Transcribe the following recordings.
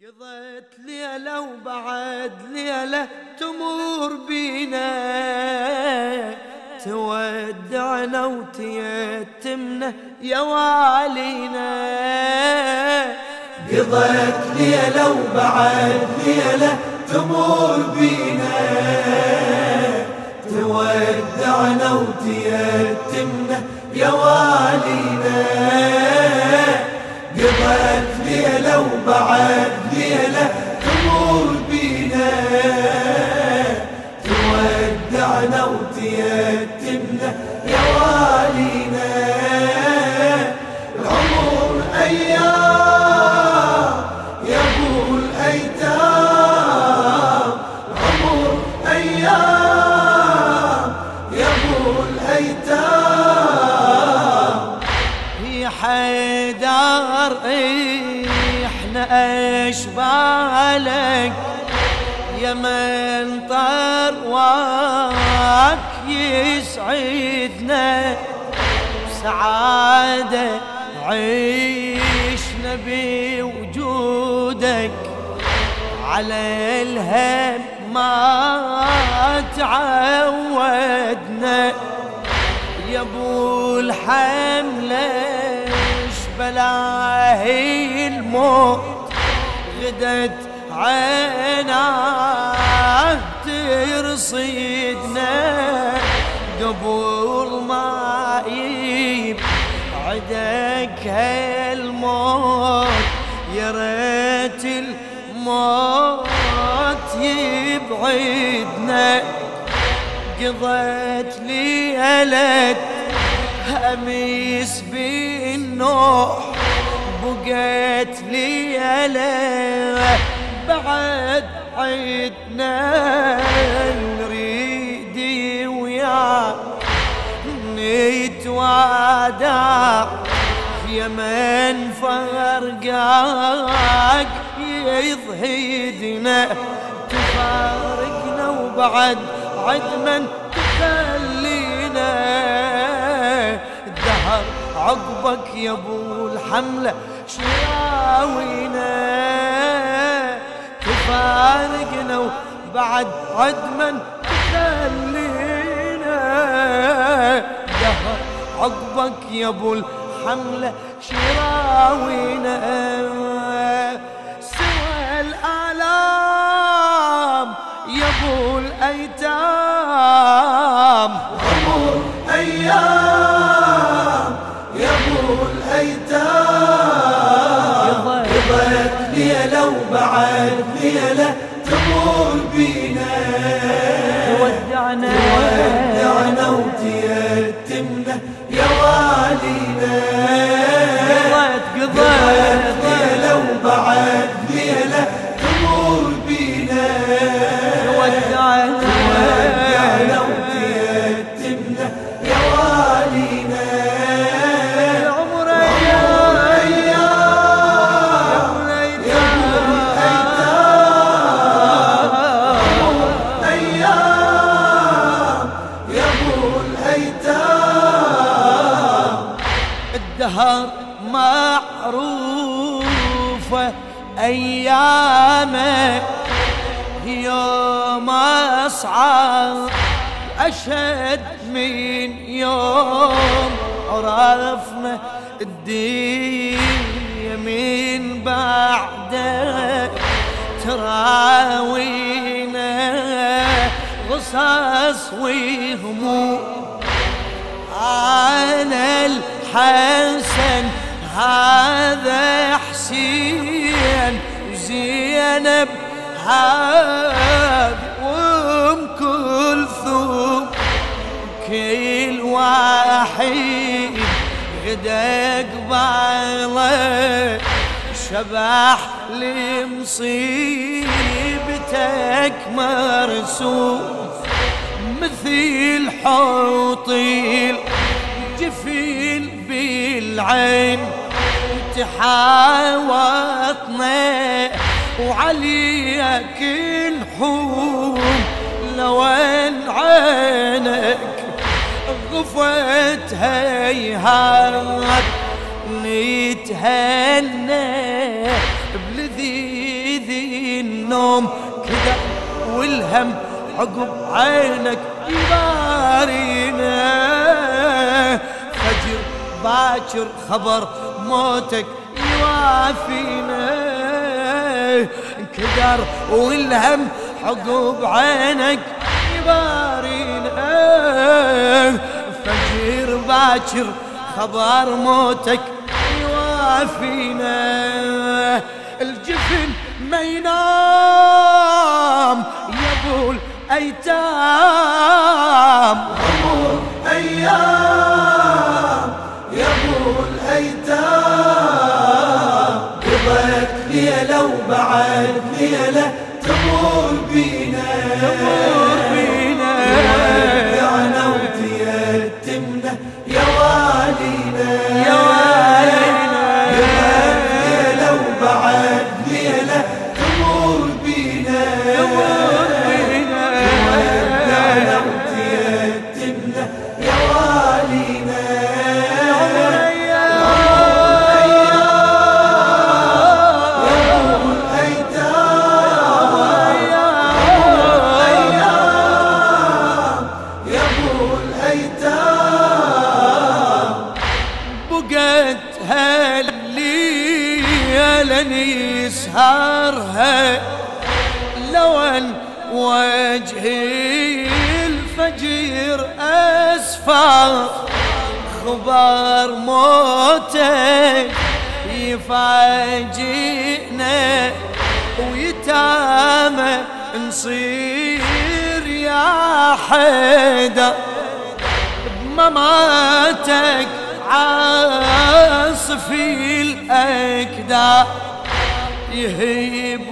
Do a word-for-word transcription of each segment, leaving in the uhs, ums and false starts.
قضيت ليلة وبعد ليلة تمور بينا، تودعنا وتيتمنا يا والينا. قضيت ليلة وبعد ليلة تمور بينا، تودعنا وتيتمنا يا والينا. قضيت ليلة وبعد ليلة تمور بينا، تودعنا وتيتمنا يا والينا. العمر أيام يا أبو الأيتام، العمر أيام يا أبو الأيتام. يا حيدر احنا اشبالك يا من طرواك يسعدنا، سعادة عيشنا بوجودك، على الهم ما تعودنا. يا ابو الحمله بلاهي الموت غدت عيناه ترصيدنا، قبل ما يبعدك هالموت يا ريت الموت يبعدنا. قضيت ليلة أميس بالنوح، بقيت ليلة بعد عدنا، نريد وياك نتوادع يا من فرقاك يضهدنا. تفارقنا وبعد عد من تخلينا، الدهر عقبك يا ابو الحمله شراوينا. تفارقنا وبعد عد من تخلينا، الدهر عقبك يا ابو الحمله شراوينا. سوى الآلام يا ابو الايتام، عمر ايام يا ابو الايتام. قضيت ليله وبعد ليله تمور بينا، تودعنا تودعنا وتيتمنا يا والينا. قضيت قضيت ليله وبعد ليله تمور بينا، تودعنا وتيتمنا يا والينا. العمر ايام يا ابو الايتام، ايام يا ابو الايتام. الدهر معروفة أيامه، يوم أصعب أشهد من يوم عرفنا الدنيا من بعده، تراوينا غصص وهموم. أنا الحسن هذا حسين، وزينب هذا وام كلثوم، كل واحد غدا قباله شبح لمصيبتك مرسوم، مثل حوطيل جفين بالعين تحاوطنا، وعليك نحوم لوين عينك غفت هيهات. نتهنى بلذيذ النوم كذا والهم عقب عينك يبارينا، فجر باكر خبر موتك يوافينا، انكدر والهم عقب عينك يبارينا، فجر باكر خبر موتك يوافينا، الجفن ما ينام يقول أيتام، عمر أيام يقول أيتام، رضاك ليلة وبعد ليلة تمر بينا، تمر بينا، ودعنا وتيتمنا يا والينا، يا والينا، رضاك ليلة وبعد ليلة تمر بينا، تمر بينا، ودعنا وتيتمنا يا والينا، عمر يسهرها لون وجهي الفجر أسفر، خبر موتك يفاجئنا ويتامى نصير يا حيدر، بمماتك عاصفي الأكدار يهيب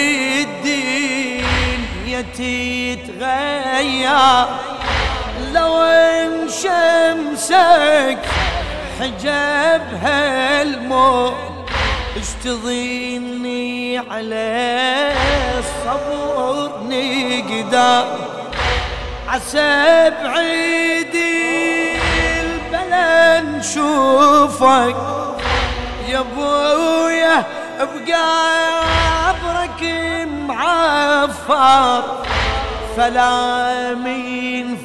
والدين يتتغير، لو ان شمسك حجبها الموت اشتضيني على الصبر نقدر، عسى بعيدي البلا نشوفك يا ابويا بقبرك معفر، فلا من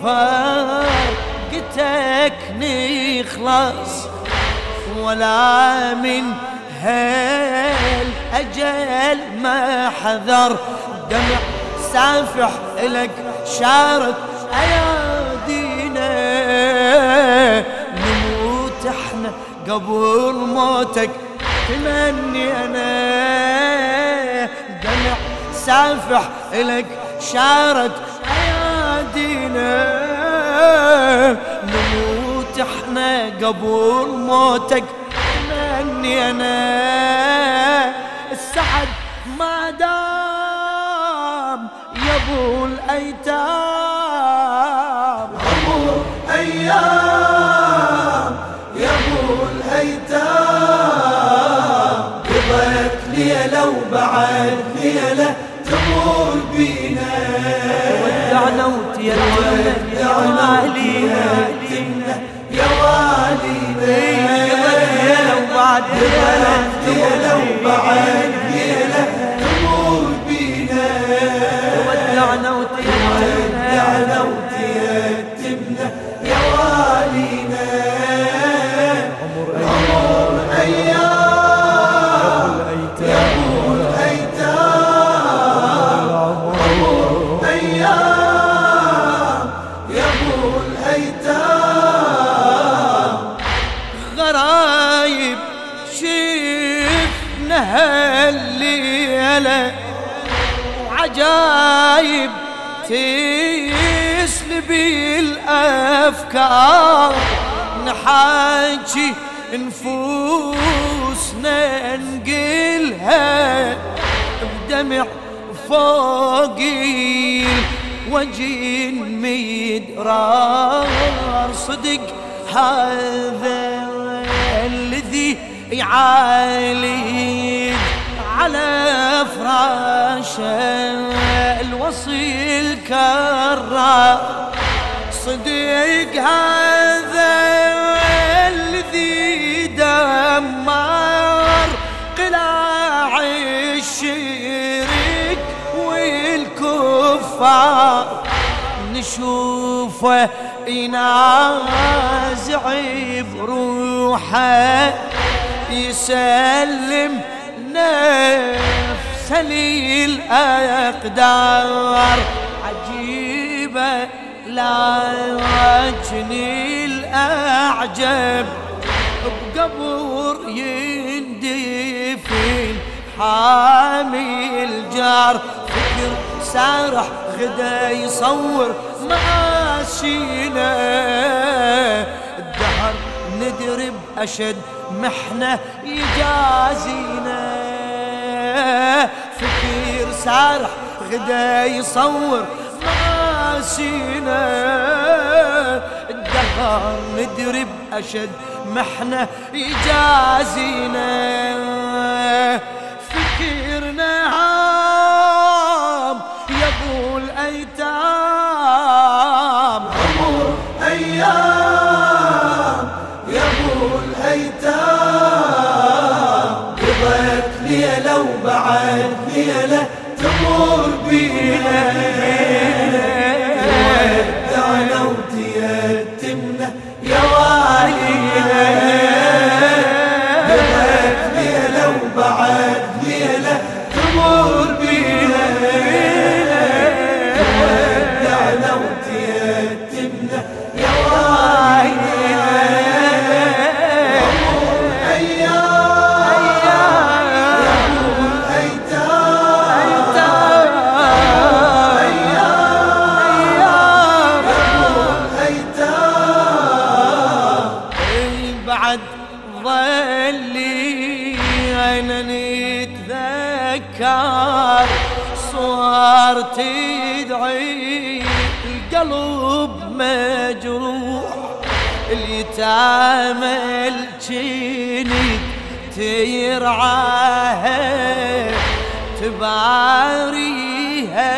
فرقتك نخلص ولا من هالأجل ما حذر، دمع سافح لك شارت أيادينا، نموت احنا قبل موتك تمنينا، دمع سافح لك شارت أيادينا، نموت احنا قبل موتك تمنينا، السعد ما دام يا ابو الايتام، عمر أيام يا ابو الايتام، رضاك ليلة وبعد ليلة تمر بينا، ودعنا وتيتمنا يا والينا، يا والينا، ليلة وبعد ليلة ليلة وبعد ليلة تمر بينا، ودعنا ودعنا وتيتمنا وتيتمنا يا والينا، عمر أيام يا أبو الأيتام، عمر أيام يا أبو الأيتام، غرايب شفناها الليلة وعجايب تسلبي الأفكار، نحاكي نفوسنا نقلها بدمع فوق الوجه مدرار، صدق هذا الذي يعالج على فراشه الوصي الكرار، صدق هذا الذي دمر قلاع الشرك وفار نشوفه ينازع بروحه يسلم نفسه للأقدار عجيبة لكني الأعجب بقبر يندفن حامي الجار فكر سارح غدا يصور مآسينا الدهر ندرب أشد محنة يجازينا فكر سارح غدا يصور مآسينا الدهر ندرب أشد محنة يجازينا فكرنا هام يا ابو الايتام عمر ايام يا ابو الايتام قضيت ليله وبعد ليله تمر بينا تودعنا وتيتمنا يا والينا قضيت ليله وبعد ليله تمر بينا تودعنا وتيتمنا يا والينا عمر ايام يا ابو الايتام بعد ظلي أنا نتذكر صور تدعي القلب مجروح اليتامى الجنيد تيرعاها تباريها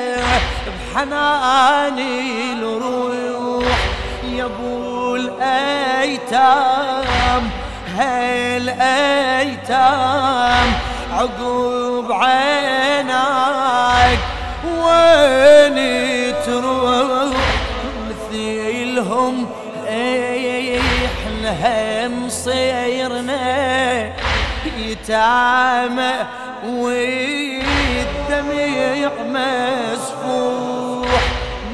بحنان الروح يا ابو الايتام هالايتام عقب عينك وين تروح مثيلهم احنا هم صيرنا يتامى والدمع مسفوح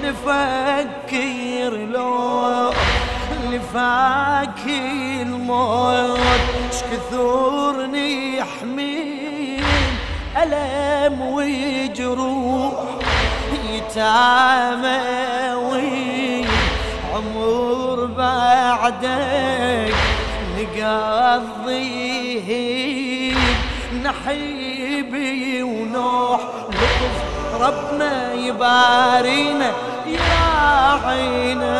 نفكر لو نفاكي الموت شكثر نحمين ألم وجروح يتامى عمر بعدك نقضيه نحيبي ونوح لطف ربنا يبارينا يراعينا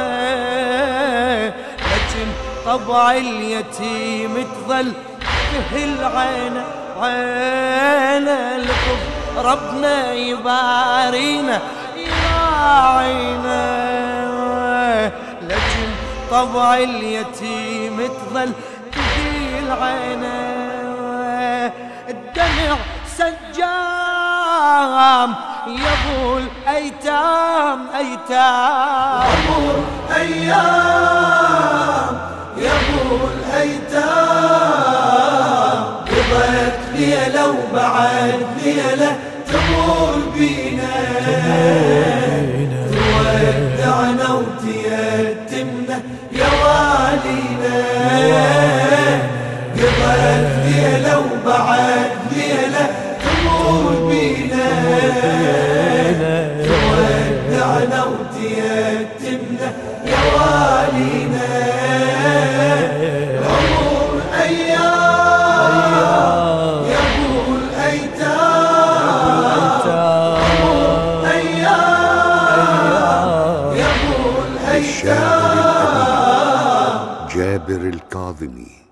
لكن طبع اليتيم تظل تهل عينه عينه لطف ربنا يبارينا يراعينا لكن طبع اليتيم تظل تهل عينه الدمع سجام يا ابو الايتام ايتام عمر ايام يا ابو الايتام قضيت ليله وبعد ليله تمر بينا تودعنا وتيتمنا يا والينا قضيت ليله وبعد ليله تمر بينا تودعنا وتيتمنا يا والينا عمر ايام يا ابو الايتام عمر ايام يا ابو الايتام جابر الكاظمي.